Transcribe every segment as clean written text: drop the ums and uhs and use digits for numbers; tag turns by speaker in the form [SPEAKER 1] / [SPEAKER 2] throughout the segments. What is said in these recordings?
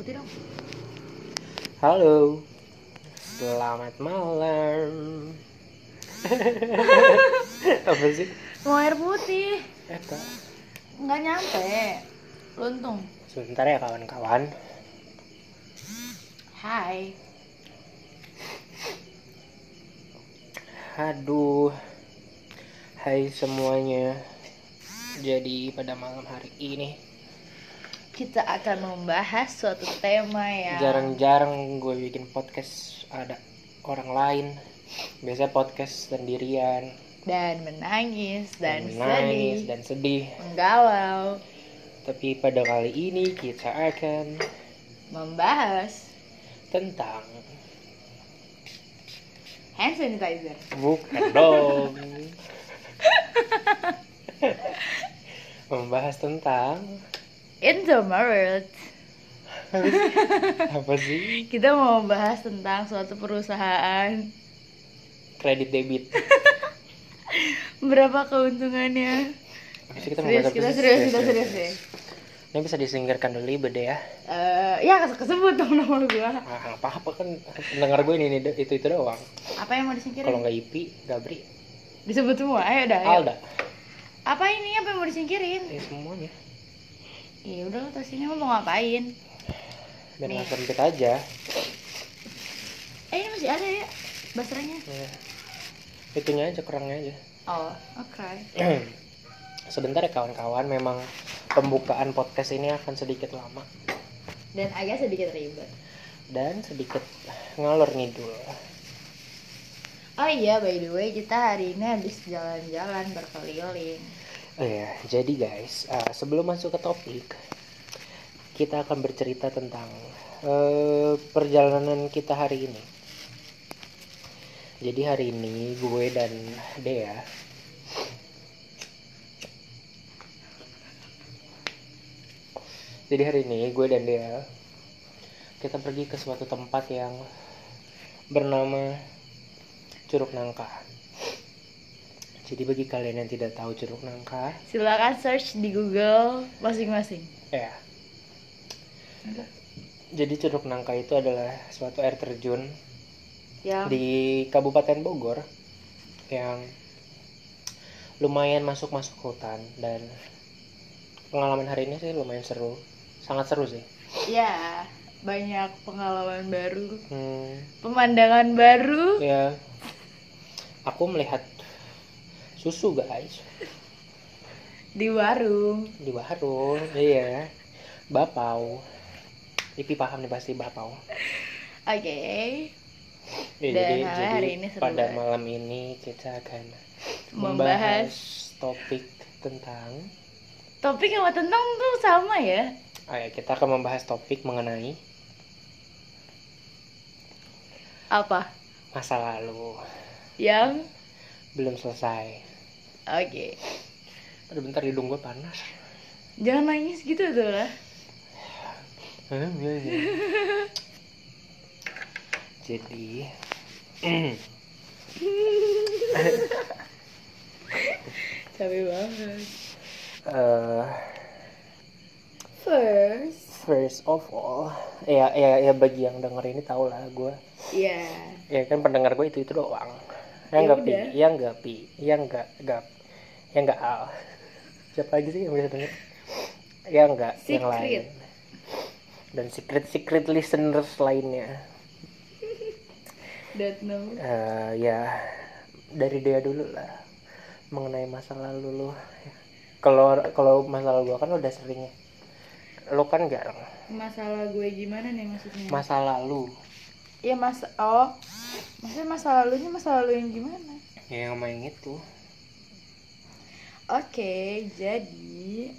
[SPEAKER 1] putih dong.
[SPEAKER 2] Halo, selamat malam. Apa sih?
[SPEAKER 1] Mau air putih.
[SPEAKER 2] Kak,
[SPEAKER 1] Nggak nyampe. Luntung.
[SPEAKER 2] sebentar ya kawan-kawan.
[SPEAKER 1] Hai.
[SPEAKER 2] Aduh, hai semuanya. Jadi pada malam hari ini
[SPEAKER 1] Kita akan membahas suatu tema yang
[SPEAKER 2] jarang-jarang gue bikin podcast ada orang lain. Biasa podcast sendirian,
[SPEAKER 1] dan menangis dan
[SPEAKER 2] menangis
[SPEAKER 1] sedih,
[SPEAKER 2] dan sedih.
[SPEAKER 1] menggalau,
[SPEAKER 2] Tapi pada kali ini kita akan
[SPEAKER 1] membahas
[SPEAKER 2] tentang
[SPEAKER 1] hand sanitizer.
[SPEAKER 2] bukan dong. Membahas tentang
[SPEAKER 1] Indomaret.
[SPEAKER 2] apa sih?
[SPEAKER 1] Kita mau membahas tentang suatu perusahaan.
[SPEAKER 2] Kredit debit.
[SPEAKER 1] Berapa keuntungannya?
[SPEAKER 2] Habis itu kita
[SPEAKER 1] Serius,
[SPEAKER 2] membahas
[SPEAKER 1] kita
[SPEAKER 2] apa sih?
[SPEAKER 1] serius deh.
[SPEAKER 2] Ini bisa disingkirkan dulu Ibe ya.
[SPEAKER 1] Ya kesebut dong nama gua.
[SPEAKER 2] Apa kan pendengar gue ini itu doang.
[SPEAKER 1] Apa yang mau disingkirin?
[SPEAKER 2] Kalau nggak Ipi, Gabri,
[SPEAKER 1] Disebut semua. Ayo dah. Ayo.
[SPEAKER 2] Alda,
[SPEAKER 1] Apa ini? Apa yang mau disingkirin?
[SPEAKER 2] semuanya.
[SPEAKER 1] Ya udah lo sini lo mau ngapain?
[SPEAKER 2] Biar
[SPEAKER 1] Nih.
[SPEAKER 2] nggak sempit aja.
[SPEAKER 1] Ini masih ada ya basranya.
[SPEAKER 2] Ya. Itunya aja, kerangnya aja.
[SPEAKER 1] Oh, oke.
[SPEAKER 2] Sebentar ya kawan-kawan, memang pembukaan podcast ini akan sedikit lama
[SPEAKER 1] Dan agak sedikit ribet.
[SPEAKER 2] dan sedikit ngalor ngidul.
[SPEAKER 1] Oh iya, by the way kita hari ini habis jalan-jalan berkeliling.
[SPEAKER 2] Oh ya, jadi guys, sebelum masuk ke topik, kita akan bercerita tentang perjalanan kita hari ini. Jadi hari ini gue dan Dea kita pergi ke suatu tempat yang bernama Curug Nangka. Jadi bagi kalian yang tidak tahu Curug Nangka,
[SPEAKER 1] Silakan search di Google masing-masing.
[SPEAKER 2] ya. Jadi Curug Nangka itu adalah suatu air terjun
[SPEAKER 1] Yang
[SPEAKER 2] di Kabupaten Bogor yang lumayan masuk hutan, dan pengalaman hari ini sih lumayan seru, sangat seru sih.
[SPEAKER 1] ya banyak pengalaman baru,
[SPEAKER 2] Pemandangan
[SPEAKER 1] baru.
[SPEAKER 2] Ya, aku melihat susu guys
[SPEAKER 1] Di warung.
[SPEAKER 2] di warung, iya, bapau. Ipi paham nih pasti bapau.
[SPEAKER 1] Oke.
[SPEAKER 2] Ya,
[SPEAKER 1] Dan
[SPEAKER 2] jadi
[SPEAKER 1] hari ini seru
[SPEAKER 2] pada
[SPEAKER 1] banget.
[SPEAKER 2] malam ini kita akan
[SPEAKER 1] Membahas
[SPEAKER 2] topik tentang
[SPEAKER 1] topik yang tentang tuh sama ya.
[SPEAKER 2] kita akan membahas topik mengenai
[SPEAKER 1] Apa?
[SPEAKER 2] masa lalu
[SPEAKER 1] Yang
[SPEAKER 2] belum selesai.
[SPEAKER 1] oke.
[SPEAKER 2] Aduh, bentar, hidung gue panas.
[SPEAKER 1] Jangan nangis gitu tuh lah.
[SPEAKER 2] Jadi
[SPEAKER 1] Capek banget.
[SPEAKER 2] eh,
[SPEAKER 1] First,
[SPEAKER 2] first of all, ya bagi yang denger ini tau lah gue.
[SPEAKER 1] ya.
[SPEAKER 2] Ya kan pendengar gue itu doang.
[SPEAKER 1] Ya
[SPEAKER 2] Yang
[SPEAKER 1] udah.
[SPEAKER 2] enggak al. Siapa lagi sih yang bisa denger? Ya enggak, yang
[SPEAKER 1] Secret.
[SPEAKER 2] lain. Dan secret listeners lainnya.
[SPEAKER 1] Don't know.
[SPEAKER 2] Ya dari dia dulu lah mengenai masa lalu lu. Kalau masalah gue kan udah sering. Lo kan jarang.
[SPEAKER 1] Masalah gue gimana nih maksudnya?
[SPEAKER 2] Masa lalu.
[SPEAKER 1] Ya maksudnya masa lalunya masa lalu yang gimana?
[SPEAKER 2] Ya yang main itu.
[SPEAKER 1] Oke, jadi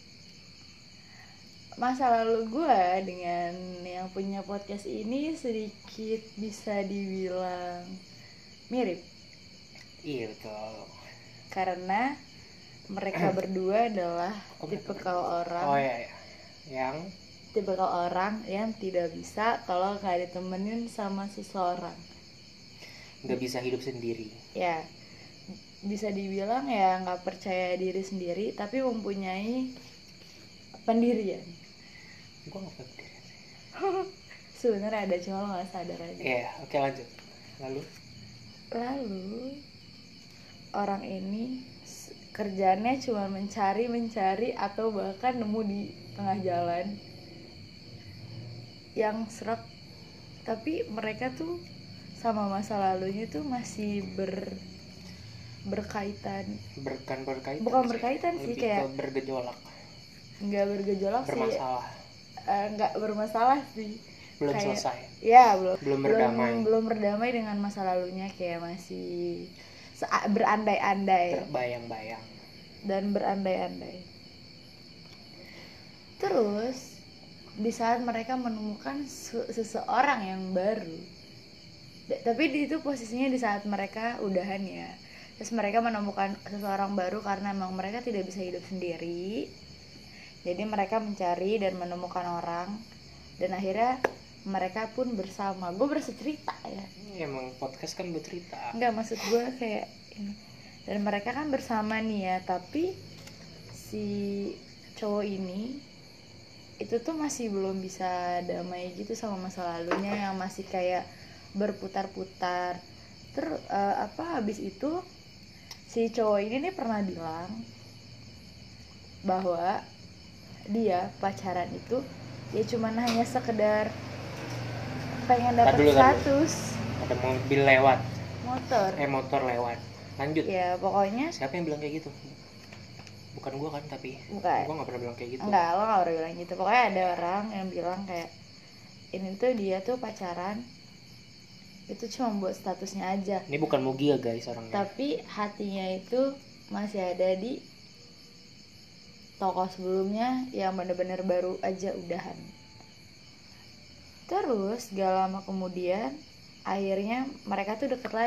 [SPEAKER 1] masa lalu gue dengan yang punya podcast ini sedikit bisa dibilang mirip.
[SPEAKER 2] Iya betul.
[SPEAKER 1] Karena mereka berdua adalah tipikal orang
[SPEAKER 2] iya. Yang
[SPEAKER 1] tipikal orang yang tidak bisa kalau nggak ditemenin sama seseorang.
[SPEAKER 2] nggak bisa hidup sendiri.
[SPEAKER 1] Ya, bisa dibilang ya nggak percaya diri sendiri tapi mempunyai pendirian.
[SPEAKER 2] Gue nggak peduli.
[SPEAKER 1] Sebenarnya ada, cuma lo nggak sadar aja.
[SPEAKER 2] Iya, oke lanjut. Lalu
[SPEAKER 1] orang ini kerjaannya cuma mencari atau bahkan nemu di tengah jalan yang serak, tapi mereka tuh sama masa lalunya tuh masih berkaitan. Bukan
[SPEAKER 2] sih.
[SPEAKER 1] berkaitan sih,
[SPEAKER 2] Lebih
[SPEAKER 1] kayak
[SPEAKER 2] ke bergejolak.
[SPEAKER 1] nggak bergejolak sih,
[SPEAKER 2] Bermasalah.
[SPEAKER 1] nggak bermasalah sih,
[SPEAKER 2] Belum
[SPEAKER 1] kayak,
[SPEAKER 2] selesai.
[SPEAKER 1] ya belum berdamai dengan masa lalunya, kayak masih berandai-andai
[SPEAKER 2] Terbayang-bayang.
[SPEAKER 1] dan berandai-andai. Terus di saat mereka menemukan seseorang yang baru, tapi itu posisinya di saat mereka udahan ya, terus mereka menemukan seseorang baru karena memang mereka tidak bisa hidup sendiri, jadi mereka mencari dan menemukan orang, dan akhirnya mereka pun bersama. Gue berasa cerita ya,
[SPEAKER 2] Emang podcast kan bercerita.
[SPEAKER 1] nggak, maksud gue kayak ini. Dan mereka kan bersama nih ya, tapi si cowok ini itu tuh masih belum bisa damai gitu sama masa lalunya yang masih kayak berputar-putar. Terus habis itu si cowok ini nih pernah bilang bahwa dia pacaran itu ya cuman hanya sekedar pengen dapat status.
[SPEAKER 2] Ada mobil lewat, motor lewat. Lanjut
[SPEAKER 1] ya, pokoknya
[SPEAKER 2] siapa yang bilang kayak gitu? Bukan gue kan, tapi
[SPEAKER 1] bukan,
[SPEAKER 2] gue gak pernah bilang kayak gitu.
[SPEAKER 1] enggak, lo gak pernah bilang gitu. Pokoknya ada orang yang bilang kayak ini tuh dia tuh pacaran itu cuma buat statusnya aja.
[SPEAKER 2] Ini bukan Mugi ya guys orangnya,
[SPEAKER 1] tapi hatinya itu masih ada di tokoh sebelumnya yang bener-bener baru aja udahan. Terus gak lama kemudian akhirnya mereka tuh deket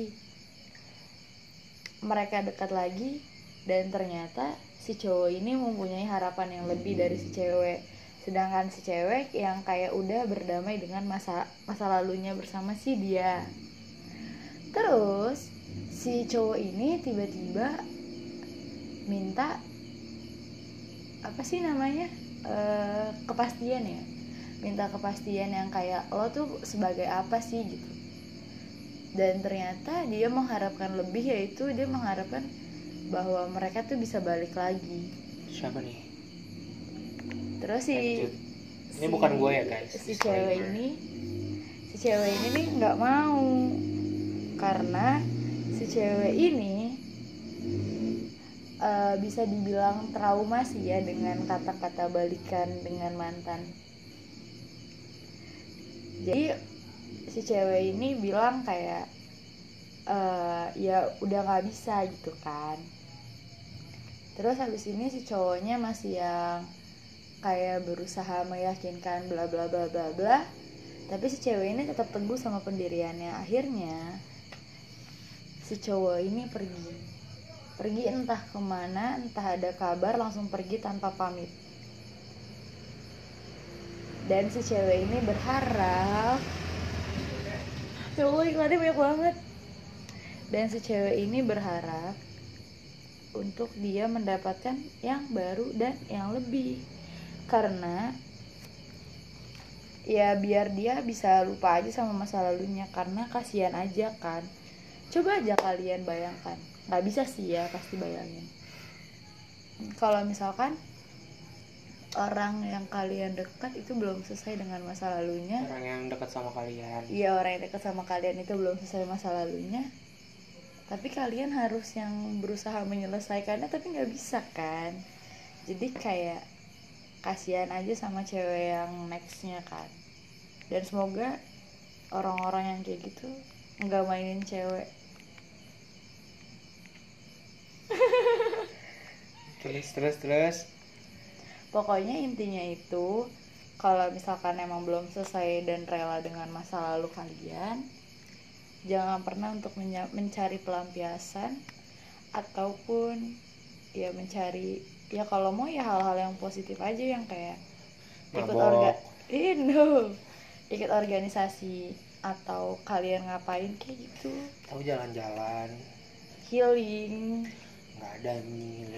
[SPEAKER 1] lagi, dan ternyata si cowok ini mempunyai harapan yang lebih dari si cewek, sedangkan si cewek yang kayak udah berdamai dengan masa lalunya bersama si dia. Terus si cowok ini tiba-tiba minta apa sih namanya, kepastian ya, minta kepastian yang kayak lo tuh sebagai apa sih gitu. Dan ternyata dia mengharapkan lebih, yaitu dia mengharapkan bahwa mereka tuh bisa balik lagi.
[SPEAKER 2] Siapa nih?
[SPEAKER 1] Terus
[SPEAKER 2] ini bukan gue ya guys.
[SPEAKER 1] Si cewek ini nih nggak mau, karena si cewek ini bisa dibilang trauma sih ya dengan kata-kata balikan dengan mantan. Jadi si cewek ini bilang kayak ya udah nggak bisa gitu kan. Terus habis ini si cowoknya masih yang kayak berusaha meyakinkan bla bla bla bla bla, tapi si cewek ini tetap teguh sama pendiriannya. Akhirnya si cowok ini pergi entah kemana, entah ada kabar langsung pergi tanpa pamit. Dan si cewek ini berharap, cowok iklannya banyak banget. Dan si cewek ini berharap untuk dia mendapatkan yang baru dan yang lebih, karena ya biar dia bisa lupa aja sama masa lalunya, karena kasihan aja kan. Coba aja kalian bayangkan, nggak bisa sih ya, pasti bayangin kalau misalkan orang yang kalian dekat itu belum selesai dengan masa lalunya.
[SPEAKER 2] Orang yang dekat sama kalian.
[SPEAKER 1] Iya, orang yang dekat sama kalian itu belum selesai masa lalunya, tapi kalian harus yang berusaha menyelesaikannya, tapi nggak bisa kan. Jadi kayak kasihan aja sama cewek yang nextnya kan. Dan semoga orang-orang yang kayak gitu nggak mainin cewek.
[SPEAKER 2] Terus
[SPEAKER 1] Pokoknya intinya itu, kalau misalkan emang belum selesai dan rela dengan masa lalu kalian, jangan pernah untuk mencari pelampiasan, ataupun ya mencari, ya kalau mau ya hal-hal yang positif aja, yang kayak ikut organisasi, atau kalian ngapain kayak gitu,
[SPEAKER 2] tahu jalan-jalan,
[SPEAKER 1] healing.
[SPEAKER 2] nggak ada nih.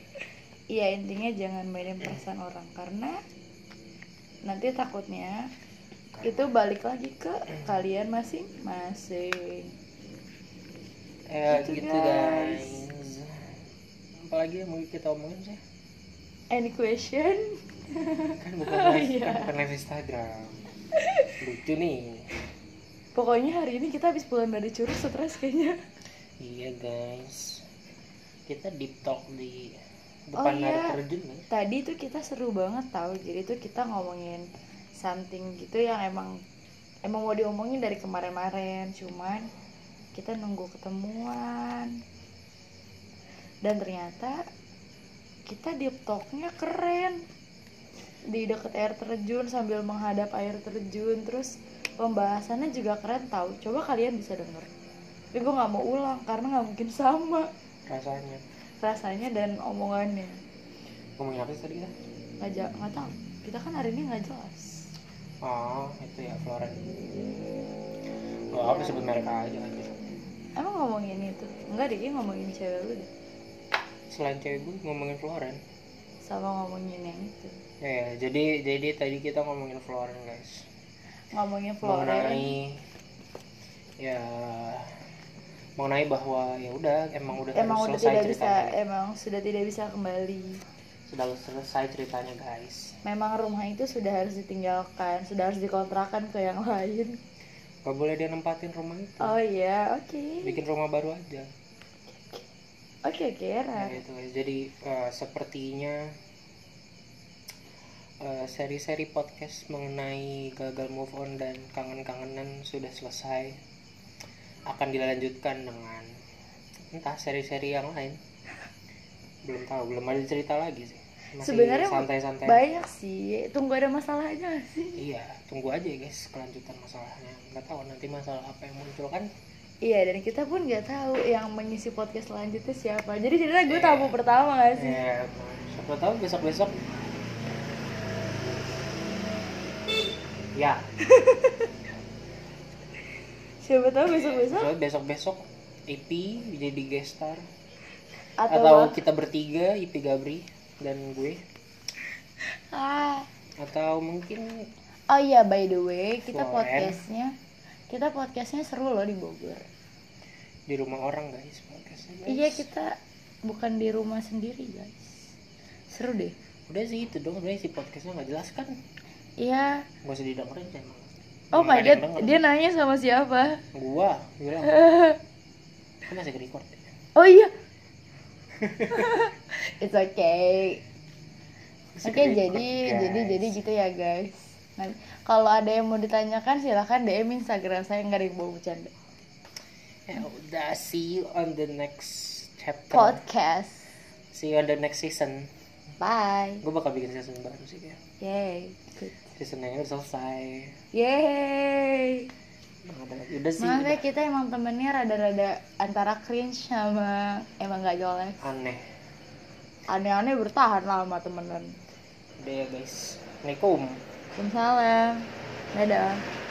[SPEAKER 1] Iya, intinya jangan mainin perasaan orang, karena nanti takutnya itu balik lagi ke kalian masing-masing. Gitu,
[SPEAKER 2] gitu guys. Apalagi yang mau kita omongin sih?
[SPEAKER 1] Any question?
[SPEAKER 2] Kan bukan live, kan bukan live Instagram. Lucu nih.
[SPEAKER 1] Pokoknya hari ini kita habis pulang dari Curug, stres kayaknya.
[SPEAKER 2] Iya guys, kita deep talk di depan air terjun nih.
[SPEAKER 1] Tadi tuh kita seru banget tahu. Jadi tuh kita ngomongin something gitu yang emang mau diomongin dari kemarin-kemarin, cuman kita nunggu ketemuan. Dan ternyata kita deep talknya keren di deket air terjun sambil menghadap air terjun. Terus pembahasannya juga keren tahu. Coba kalian bisa denger. Tapi gue nggak mau ulang karena nggak mungkin sama rasanya dan omongannya.
[SPEAKER 2] Ngomongin apa sih tadi kan?
[SPEAKER 1] Nggak tahu. Kita kan hari ini nggak jelas.
[SPEAKER 2] Oh itu ya Floren. Oh apa sebut merek aja anjir.
[SPEAKER 1] Emang ngomongin itu? Enggak deh, ngomongin cewek lu deh.
[SPEAKER 2] Selain cewek gue ngomongin Floren.
[SPEAKER 1] Sama ngomongin yang itu.
[SPEAKER 2] Ya jadi tadi kita ngomongin Floren guys.
[SPEAKER 1] Ngomongin Floren.
[SPEAKER 2] Mengenai bahwa ya udah emang udah
[SPEAKER 1] selesai ceritanya. Emang sudah tidak bisa kembali.
[SPEAKER 2] Sudah selesai ceritanya guys.
[SPEAKER 1] Memang rumah itu sudah harus ditinggalkan, sudah harus dikontrakan ke yang lain.
[SPEAKER 2] Gak boleh dia nempatin rumah itu.
[SPEAKER 1] Oh iya, oke.
[SPEAKER 2] Bikin rumah baru aja.
[SPEAKER 1] Oke, Ra.
[SPEAKER 2] Ya, gitu guys. Jadi sepertinya seri-seri podcast mengenai gagal move on dan kangen-kangenan sudah selesai. Akan dilanjutkan dengan entah seri-seri yang lain. Belum tahu, belum ada cerita lagi sih. Masih
[SPEAKER 1] sebenarnya
[SPEAKER 2] santai-santai.
[SPEAKER 1] Banyak sih, tunggu ada masalahnya sih.
[SPEAKER 2] Iya, tunggu aja guys kelanjutan masalahnya. Nggak tahu nanti masalah apa yang muncul kan.
[SPEAKER 1] Iya, dan kita pun nggak tahu yang mengisi podcast selanjutnya siapa. Jadi jadinya gue tamu pertama nggak sih?
[SPEAKER 2] Iya, siapa tahu besok-besok. Ya.
[SPEAKER 1] Siapa tahu besok-besok
[SPEAKER 2] IP jadi guest star.
[SPEAKER 1] Atau
[SPEAKER 2] kita bertiga, IP Gabri dan gue. Atau mungkin
[SPEAKER 1] oh iya, by the way, kita
[SPEAKER 2] Floren.
[SPEAKER 1] podcastnya seru loh di Bogor.
[SPEAKER 2] Di rumah orang guys podcastnya guys.
[SPEAKER 1] Iya, kita bukan di rumah sendiri guys. Seru deh.
[SPEAKER 2] Udah sih itu dong, udah isi podcastnya nggak jelas kan?
[SPEAKER 1] Iya.
[SPEAKER 2] Gak usah didengerin sih emang.
[SPEAKER 1] Oh my god, dia nanya sama siapa?
[SPEAKER 2] Gua bilang. Kan masih record ya?
[SPEAKER 1] Oh iya. It's okay. Oke, jadi gitu ya guys. Nah, kalau ada yang mau ditanyakan silahkan DM Instagram saya, nggak ada yang mau bercanda.
[SPEAKER 2] Ya udah, see you on the next chapter
[SPEAKER 1] podcast.
[SPEAKER 2] See you on the next season.
[SPEAKER 1] Bye.
[SPEAKER 2] Gue bakal bikin season baru sih kayak.
[SPEAKER 1] Yay, good.
[SPEAKER 2] Season yang udah selesai.
[SPEAKER 1] Yay.
[SPEAKER 2] Udah sih.
[SPEAKER 1] Maaf ya, kita emang temennya rada-rada antara cringe sama emang gak jelas. Aneh-aneh bertahan lama temenan.
[SPEAKER 2] Udah ya guys. Assalamualaikum.
[SPEAKER 1] Waalaikumsalam. Dadah.